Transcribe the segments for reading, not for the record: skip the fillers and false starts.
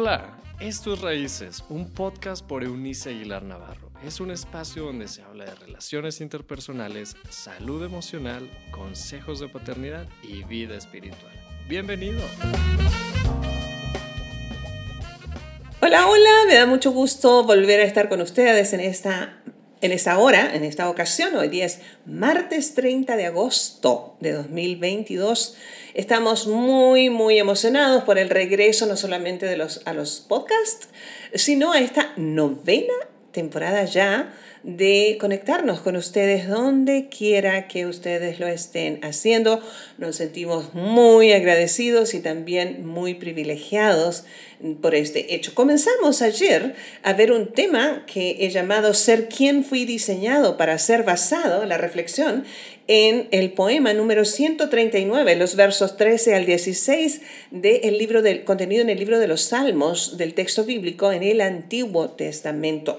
Hola, esto es Raíces, un podcast por Eunice Aguilar Navarro. Es un espacio donde se habla de relaciones interpersonales, salud emocional, consejos de paternidad y vida espiritual. ¡Bienvenido! Hola, me da mucho gusto volver a estar con ustedes en esta hora, en esta ocasión. Hoy día es martes 30 de agosto de 2022. Estamos muy emocionados por el regreso no solamente a los podcasts, sino a esta novena temporada ya de conectarnos con ustedes donde quiera que ustedes lo estén haciendo. Nos sentimos muy agradecidos y también muy privilegiados por este hecho. Comenzamos ayer a ver un tema que he llamado Ser quien fui diseñado para ser, basado la reflexión en el poema número 139, los versos 13 al 16 del contenido en el libro de los Salmos del texto bíblico en el Antiguo Testamento.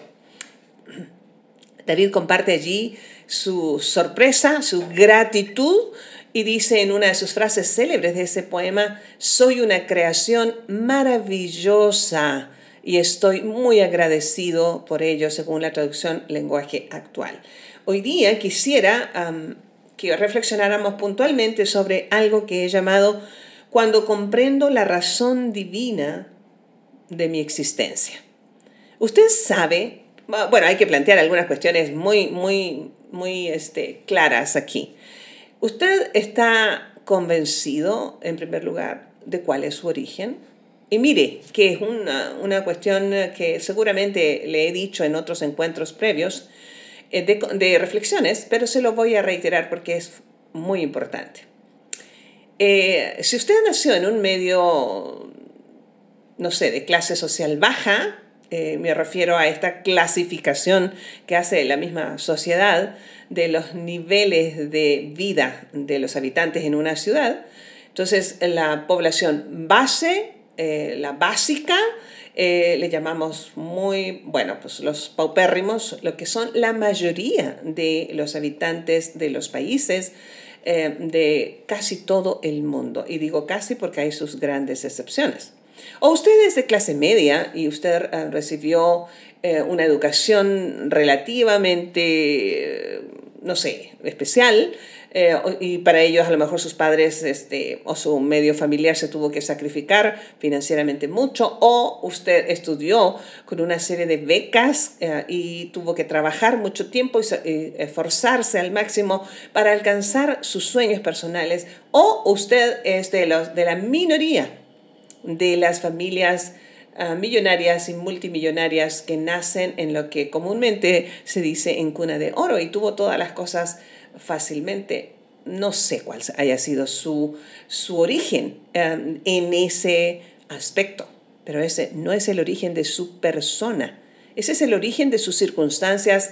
David comparte allí su sorpresa, su gratitud, y dice en una de sus frases célebres de ese poema: soy una creación maravillosa y estoy muy agradecido por ello, según la traducción lenguaje actual. Hoy día quisiera que reflexionáramos puntualmente sobre algo que he llamado cuando comprendo la razón divina de mi existencia. Usted sabe, bueno, hay que plantear algunas cuestiones muy claras aquí. ¿Usted está convencido, en primer lugar, de cuál es su origen? Y mire, que es una cuestión que seguramente le he dicho en otros encuentros previos de reflexiones, pero se lo voy a reiterar porque es muy importante. Si usted nació en un medio, no sé, de clase social baja, me refiero a esta clasificación que hace la misma sociedad de los niveles de vida de los habitantes en una ciudad. Entonces, la población base, la básica, le llamamos pues los paupérrimos, lo que son la mayoría de los habitantes de los países de casi todo el mundo. Y digo casi porque hay sus grandes excepciones. O usted es de clase media y usted recibió una educación relativamente, especial, y para ellos a lo mejor sus padres o su medio familiar se tuvo que sacrificar financieramente mucho, o usted estudió con una serie de becas y tuvo que trabajar mucho tiempo y esforzarse al máximo para alcanzar sus sueños personales, o usted es de la minoría de las familias millonarias y multimillonarias que nacen en lo que comúnmente se dice en cuna de oro y tuvo todas las cosas fácilmente. No sé cuál haya sido su origen en ese aspecto, pero ese no es el origen de su persona. Ese es el origen de sus circunstancias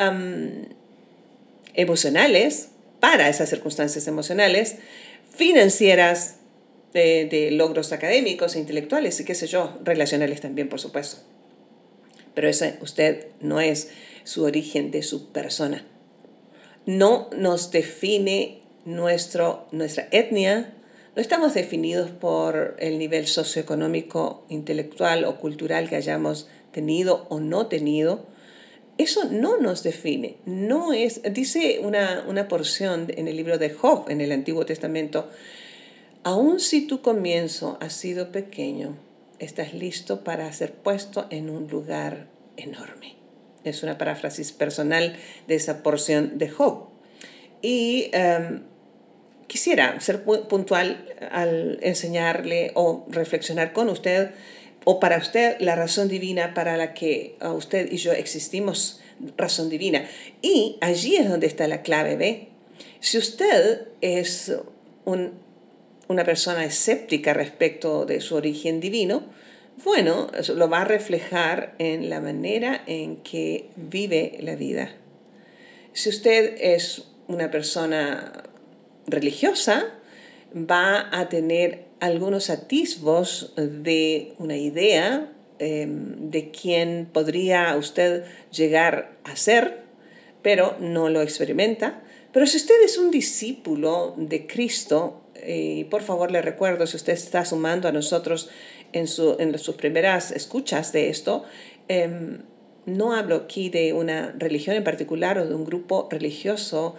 emocionales, para esas circunstancias emocionales, financieras, de logros académicos e intelectuales y qué sé yo, relacionales también, por supuesto. Pero ese usted no es su origen de su persona. No nos define nuestra etnia, no estamos definidos por el nivel socioeconómico, intelectual o cultural que hayamos tenido o no tenido. Eso no nos define, no es, dice una porción en el libro de Job, en el Antiguo Testamento: aun si tu comienzo ha sido pequeño, estás listo para ser puesto en un lugar enorme. Es una paráfrasis personal de esa porción de Job. Y quisiera ser puntual al enseñarle o reflexionar con usted, o para usted, la razón divina para la que usted y yo existimos, razón divina. Y allí es donde está la clave, ¿ve? Si usted es una persona escéptica respecto de su origen divino, bueno, eso lo va a reflejar en la manera en que vive la vida. Si usted es una persona religiosa, va a tener algunos atisbos de una idea de quién podría usted llegar a ser, pero no lo experimenta. Pero si usted es un discípulo de Cristo, y por favor le recuerdo, si usted está sumando a nosotros en sus primeras escuchas de esto, no hablo aquí de una religión en particular o de un grupo religioso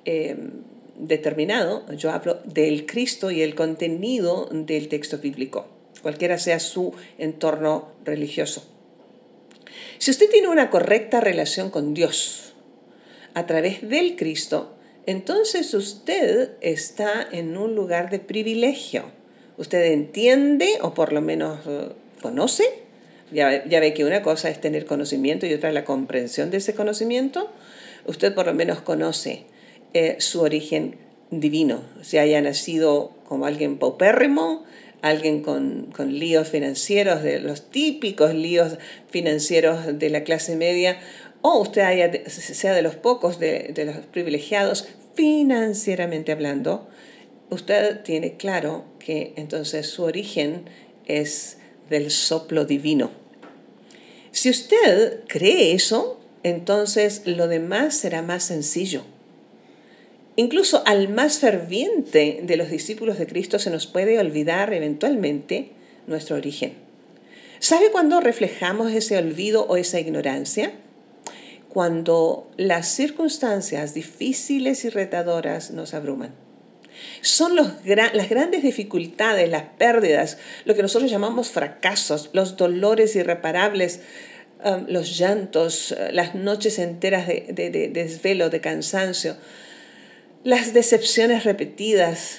determinado. Yo hablo del Cristo y el contenido del texto bíblico, cualquiera sea su entorno religioso. Si usted tiene una correcta relación con Dios a través del Cristo, entonces usted está en un lugar de privilegio. Usted entiende, o por lo menos conoce. Ya ve que una cosa es tener conocimiento y otra es la comprensión de ese conocimiento. Usted por lo menos conoce su origen divino. Si haya nacido como alguien paupérrimo, alguien con líos financieros, de los típicos líos financieros de la clase media, o usted sea de los pocos, de los privilegiados financieramente hablando, usted tiene claro que entonces su origen es del soplo divino. Si usted cree eso, entonces lo demás será más sencillo. Incluso al más ferviente de los discípulos de Cristo se nos puede olvidar eventualmente nuestro origen. ¿Sabe cuándo reflejamos ese olvido o esa ignorancia? Cuando las circunstancias difíciles y retadoras nos abruman. Son las grandes dificultades, las pérdidas, lo que nosotros llamamos fracasos, los dolores irreparables, los llantos, las noches enteras de desvelo, de cansancio, las decepciones repetidas,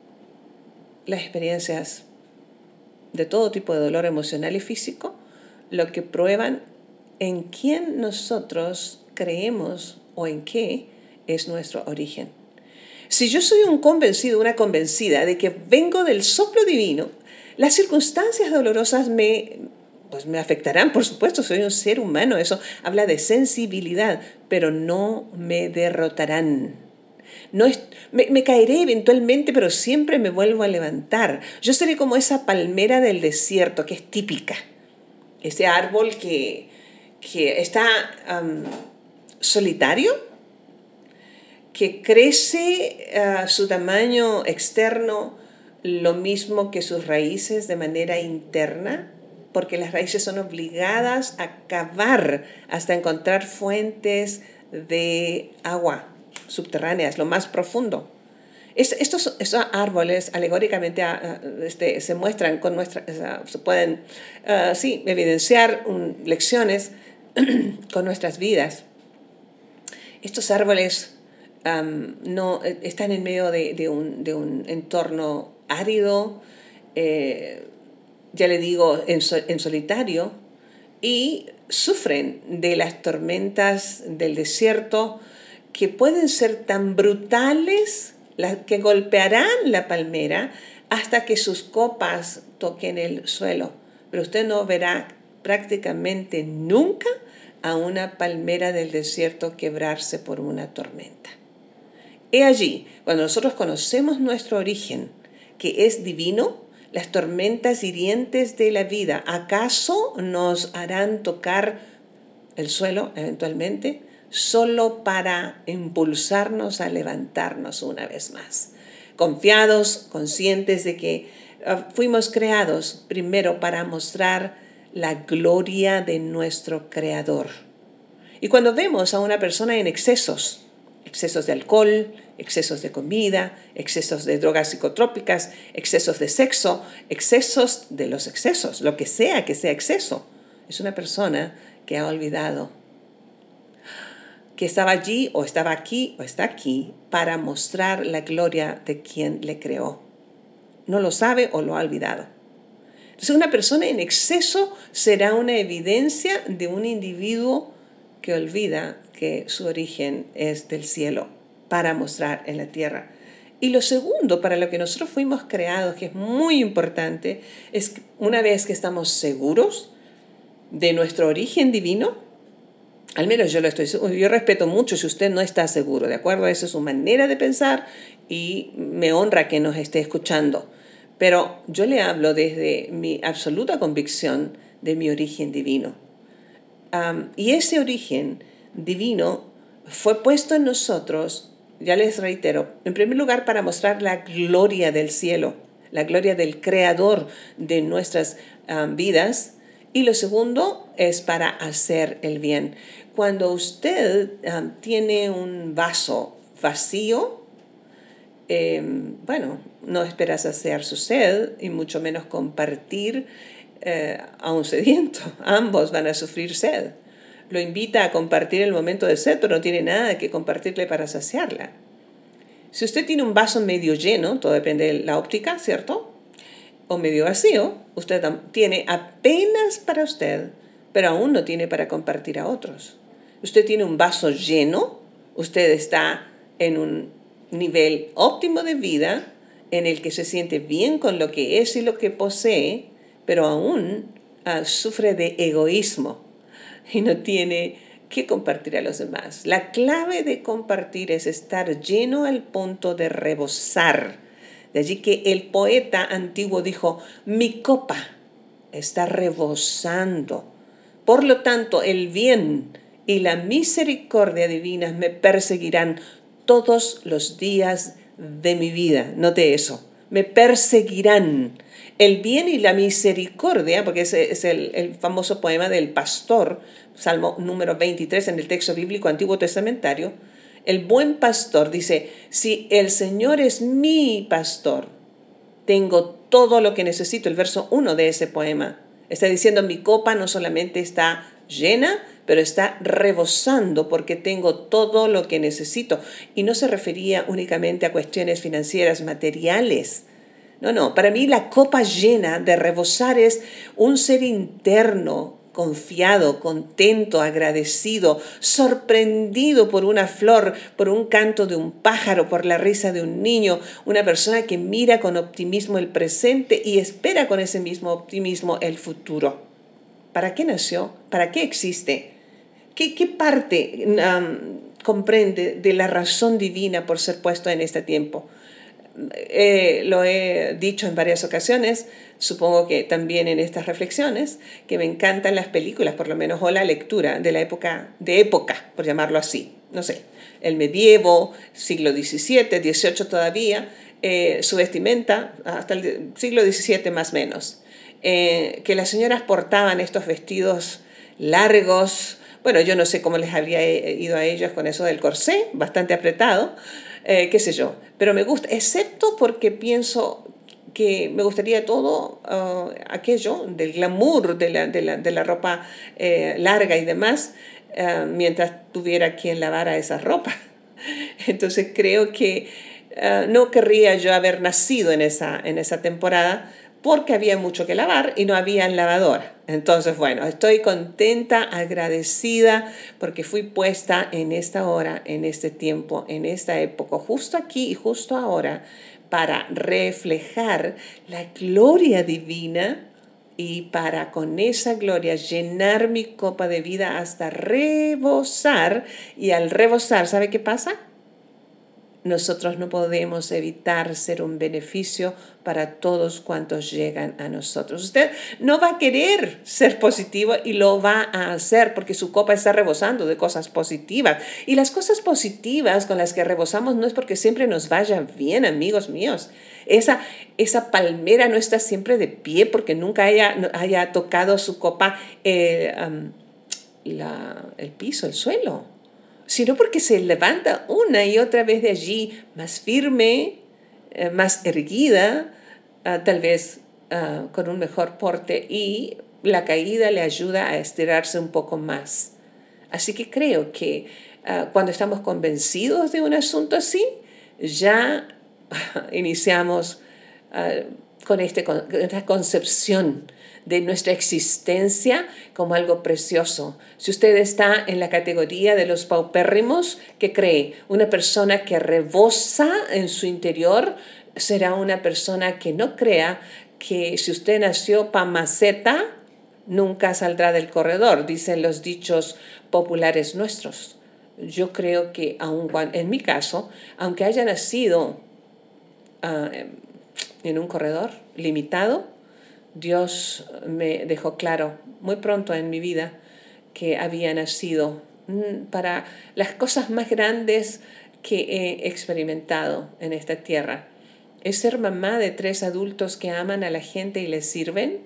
las experiencias de todo tipo de dolor emocional y físico, lo que prueban en quién nosotros creemos o en qué es nuestro origen. Si yo soy un convencido, una convencida de que vengo del soplo divino, las circunstancias dolorosas me afectarán, por supuesto, soy un ser humano, eso habla de sensibilidad, pero no me derrotarán. Me caeré eventualmente, pero siempre me vuelvo a levantar. Yo seré como esa palmera del desierto que es típica, ese árbol que está solitario, que crece a su tamaño externo lo mismo que sus raíces de manera interna, porque las raíces son obligadas a cavar hasta encontrar fuentes de agua subterráneas, lo más profundo. Estos árboles alegóricamente se muestran se pueden evidenciar lecciones con nuestras vidas. Estos árboles no están en medio de un entorno árido, ya le digo, en solitario, y sufren de las tormentas del desierto que pueden ser tan brutales, que golpearán la palmera hasta que sus copas toquen el suelo. Pero usted no verá prácticamente nunca a una palmera del desierto quebrarse por una tormenta. He allí, cuando nosotros conocemos nuestro origen, que es divino, las tormentas hirientes de la vida, ¿acaso nos harán tocar el suelo eventualmente? Solo para impulsarnos a levantarnos una vez más. Confiados, conscientes de que fuimos creados primero para mostrar la gloria de nuestro Creador. Y cuando vemos a una persona en excesos de alcohol, excesos de comida, excesos de drogas psicotrópicas, excesos de sexo, excesos de los excesos, lo que sea exceso, es una persona que ha olvidado que estaba allí o estaba aquí o está aquí para mostrar la gloria de quien le creó. No lo sabe o lo ha olvidado. Entonces, una persona en exceso será una evidencia de un individuo que olvida que su origen es del cielo para mostrar en la tierra. Y lo segundo, para lo que nosotros fuimos creados, que es muy importante, es que una vez que estamos seguros de nuestro origen divino, al menos yo lo estoy seguro, yo respeto mucho si usted no está seguro, ¿de acuerdo? Esa es su manera de pensar y me honra que nos esté escuchando. Pero yo le hablo desde mi absoluta convicción de mi origen divino. Y ese origen divino fue puesto en nosotros ya les reitero, en primer lugar para mostrar la gloria del cielo, la gloria del Creador de nuestras vidas. Y lo segundo es para hacer el bien. Cuando usted tiene un vaso vacío, no espera saciar su sed y mucho menos compartir a un sediento. Ambos van a sufrir sed. Lo invita a compartir el momento de sed, pero no tiene nada que compartirle para saciarla. Si usted tiene un vaso medio lleno, todo depende de la óptica, ¿cierto? O medio vacío, usted tiene apenas para usted, pero aún no tiene para compartir a otros. Usted tiene un vaso lleno, usted está en un nivel óptimo de vida, en el que se siente bien con lo que es y lo que posee, pero aún sufre de egoísmo y no tiene que compartir a los demás. La clave de compartir es estar lleno al punto de rebosar. De allí que el poeta antiguo dijo, mi copa está rebosando. Por lo tanto, el bien y la misericordia divinas me perseguirán todos los días de mi vida. Note eso, me perseguirán. El bien y la misericordia, porque ese es el famoso poema del pastor, Salmo número 23 en el texto bíblico antiguo testamentario. El buen pastor dice, si el Señor es mi pastor, tengo todo lo que necesito. El verso 1 de ese poema está diciendo, mi copa no solamente está llena, pero está rebosando porque tengo todo lo que necesito. Y no se refería únicamente a cuestiones financieras, materiales. No, para mí la copa llena de rebosar es un ser interno, confiado, contento, agradecido, sorprendido por una flor, por un canto de un pájaro, por la risa de un niño, una persona que mira con optimismo el presente y espera con ese mismo optimismo el futuro. ¿Para qué nació? ¿Para qué existe? ¿Qué parte comprende de la razón divina por ser puesto en este tiempo? Lo he dicho en varias ocasiones, supongo que también en estas reflexiones, que me encantan las películas, por lo menos, o la lectura de la época, por llamarlo así, no sé, el medievo, siglo XVII, XVIII todavía, su vestimenta, hasta el siglo XVII más o menos, que las señoras portaban estos vestidos largos. Bueno, yo no sé cómo les habría ido a ellas con eso del corsé, bastante apretado, qué sé yo. Pero me gusta, excepto porque pienso que me gustaría todo aquello del glamour de la ropa larga y demás, mientras tuviera quien lavara esa ropa. Entonces creo que no querría yo haber nacido en esa temporada, porque había mucho que lavar y no había lavadora. Entonces, bueno, estoy contenta, agradecida, porque fui puesta en esta hora, en este tiempo, en esta época, justo aquí y justo ahora, para reflejar la gloria divina y para con esa gloria llenar mi copa de vida hasta rebosar. Y al rebosar, ¿sabe qué pasa? Nosotros no podemos evitar ser un beneficio para todos cuantos llegan a nosotros. Usted no va a querer ser positivo y lo va a hacer porque su copa está rebosando de cosas positivas. Y las cosas positivas con las que rebosamos no es porque siempre nos vaya bien, amigos míos. Esa palmera no está siempre de pie porque nunca haya tocado su copa el piso, el suelo, sino porque se levanta una y otra vez de allí, más firme, más erguida, tal vez con un mejor porte, y la caída le ayuda a estirarse un poco más. Así que creo que cuando estamos convencidos de un asunto así, ya iniciamos con esta concepción de nuestra existencia como algo precioso. Si usted está en la categoría de los paupérrimos, ¿qué cree? Una persona que rebosa en su interior será una persona que no crea que si usted nació pa' maceta, nunca saldrá del corredor, dicen los dichos populares nuestros. Yo creo que en mi caso, aunque haya nacido en un corredor limitado, Dios me dejó claro muy pronto en mi vida que había nacido para las cosas más grandes que he experimentado en esta tierra. Es ser mamá de 3 adultos que aman a la gente y les sirven,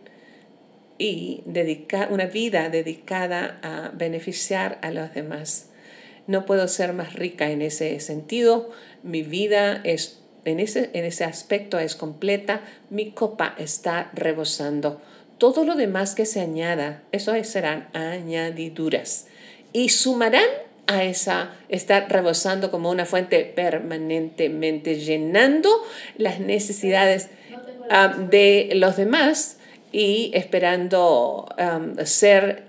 y dedicar una vida dedicada a beneficiar a los demás. No puedo ser más rica en ese sentido. Mi vida es, en ese aspecto es completa. Mi copa está rebosando. Todo lo demás que se añada, eso serán añadiduras. Y sumarán a esa estar rebosando como una fuente permanentemente, llenando las necesidades de los demás y esperando ser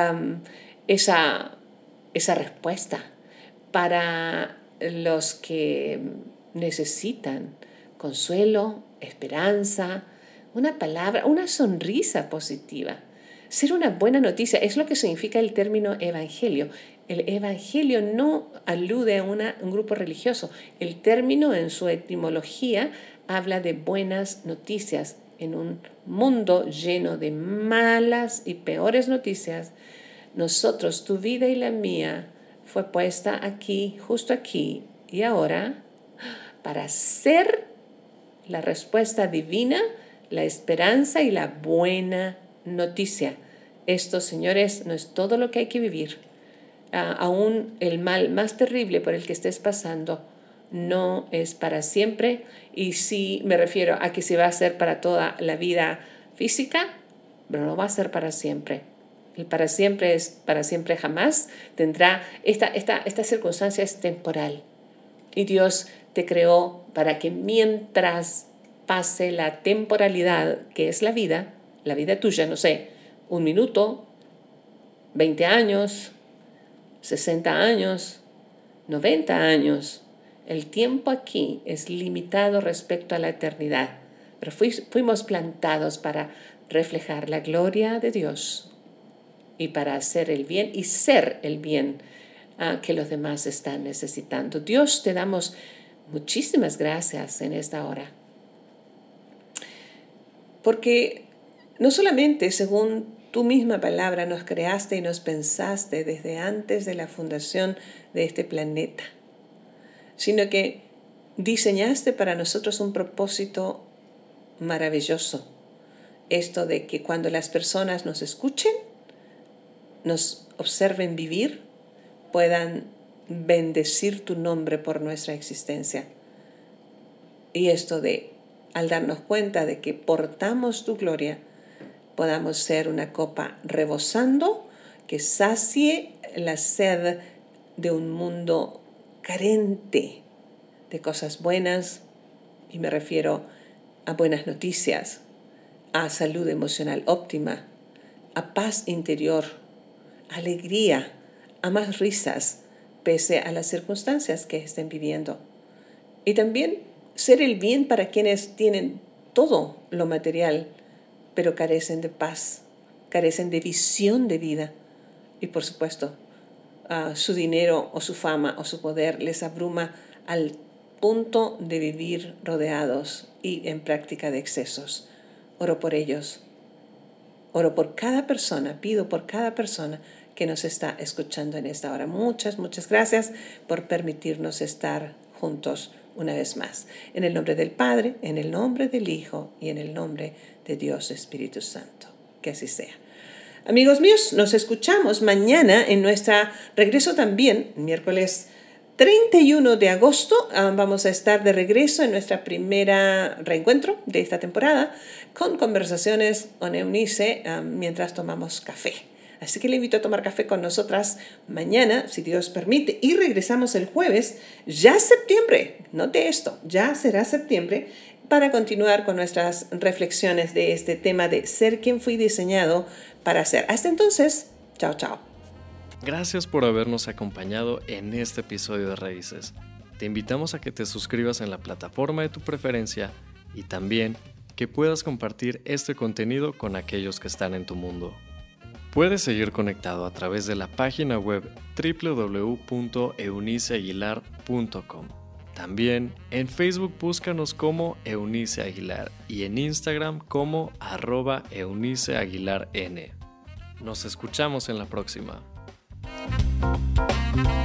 esa respuesta para los que necesitan consuelo, esperanza, una palabra, una sonrisa positiva. Ser una buena noticia es lo que significa el término evangelio. El evangelio no alude a un grupo religioso. El término en su etimología habla de buenas noticias. En un mundo lleno de malas y peores noticias, nosotros, tu vida y la mía, fue puesta aquí, justo aquí y ahora, para ser la respuesta divina, la esperanza y la buena noticia. Esto, señores, no es todo lo que hay que vivir. Aún el mal más terrible por el que estés pasando no es para siempre, y sí me refiero a que se va a hacer para toda la vida física, pero no va a ser para siempre. El para siempre es para siempre jamás. Tendrá esta circunstancia es temporal, y Dios te creó para que mientras pase la temporalidad que es la vida tuya, no sé, 1 minuto, 20 años, 60 años, 90 años, el tiempo aquí es limitado respecto a la eternidad, pero fuimos plantados para reflejar la gloria de Dios y para hacer el bien y ser el bien que los demás están necesitando. Dios, te damos muchísimas gracias en esta hora, porque no solamente según tu misma palabra nos creaste y nos pensaste desde antes de la fundación de este planeta, sino que diseñaste para nosotros un propósito maravilloso. Esto de que cuando las personas nos escuchen, nos observen vivir, puedan bendecir tu nombre por nuestra existencia. Y esto de, al darnos cuenta de que portamos tu gloria, podamos ser una copa rebosando que sacie la sed de un mundo carente de cosas buenas, y me refiero a buenas noticias, a salud emocional óptima, a paz interior, alegría, a más risas pese a las circunstancias que estén viviendo. Y también ser el bien para quienes tienen todo lo material, pero carecen de paz, carecen de visión de vida. Y por supuesto, su dinero o su fama o su poder les abruma al punto de vivir rodeados y en práctica de excesos. Oro por ellos. Oro por cada persona, pido por cada persona que nos está escuchando en esta hora. Muchas, muchas gracias por permitirnos estar juntos una vez más. En el nombre del Padre, en el nombre del Hijo y en el nombre de Dios Espíritu Santo. Que así sea. Amigos míos, nos escuchamos mañana en nuestro regreso también, miércoles 31 de agosto. Vamos a estar de regreso en nuestra primera reencuentro de esta temporada con conversaciones con Eunice mientras tomamos café. Así que le invito a tomar café con nosotras mañana, si Dios permite, y regresamos el jueves, ya septiembre. Note esto, ya será septiembre, para continuar con nuestras reflexiones de este tema de ser quien fui diseñado para ser. Hasta entonces, chao, chao. Gracias por habernos acompañado en este episodio de Raíces. Te invitamos a que te suscribas en la plataforma de tu preferencia y también que puedas compartir este contenido con aquellos que están en tu mundo. Puedes seguir conectado a través de la página web www.euniceaguilar.com. También en Facebook búscanos como Eunice Aguilar y en Instagram como @EuniceAguilarN. Nos escuchamos en la próxima.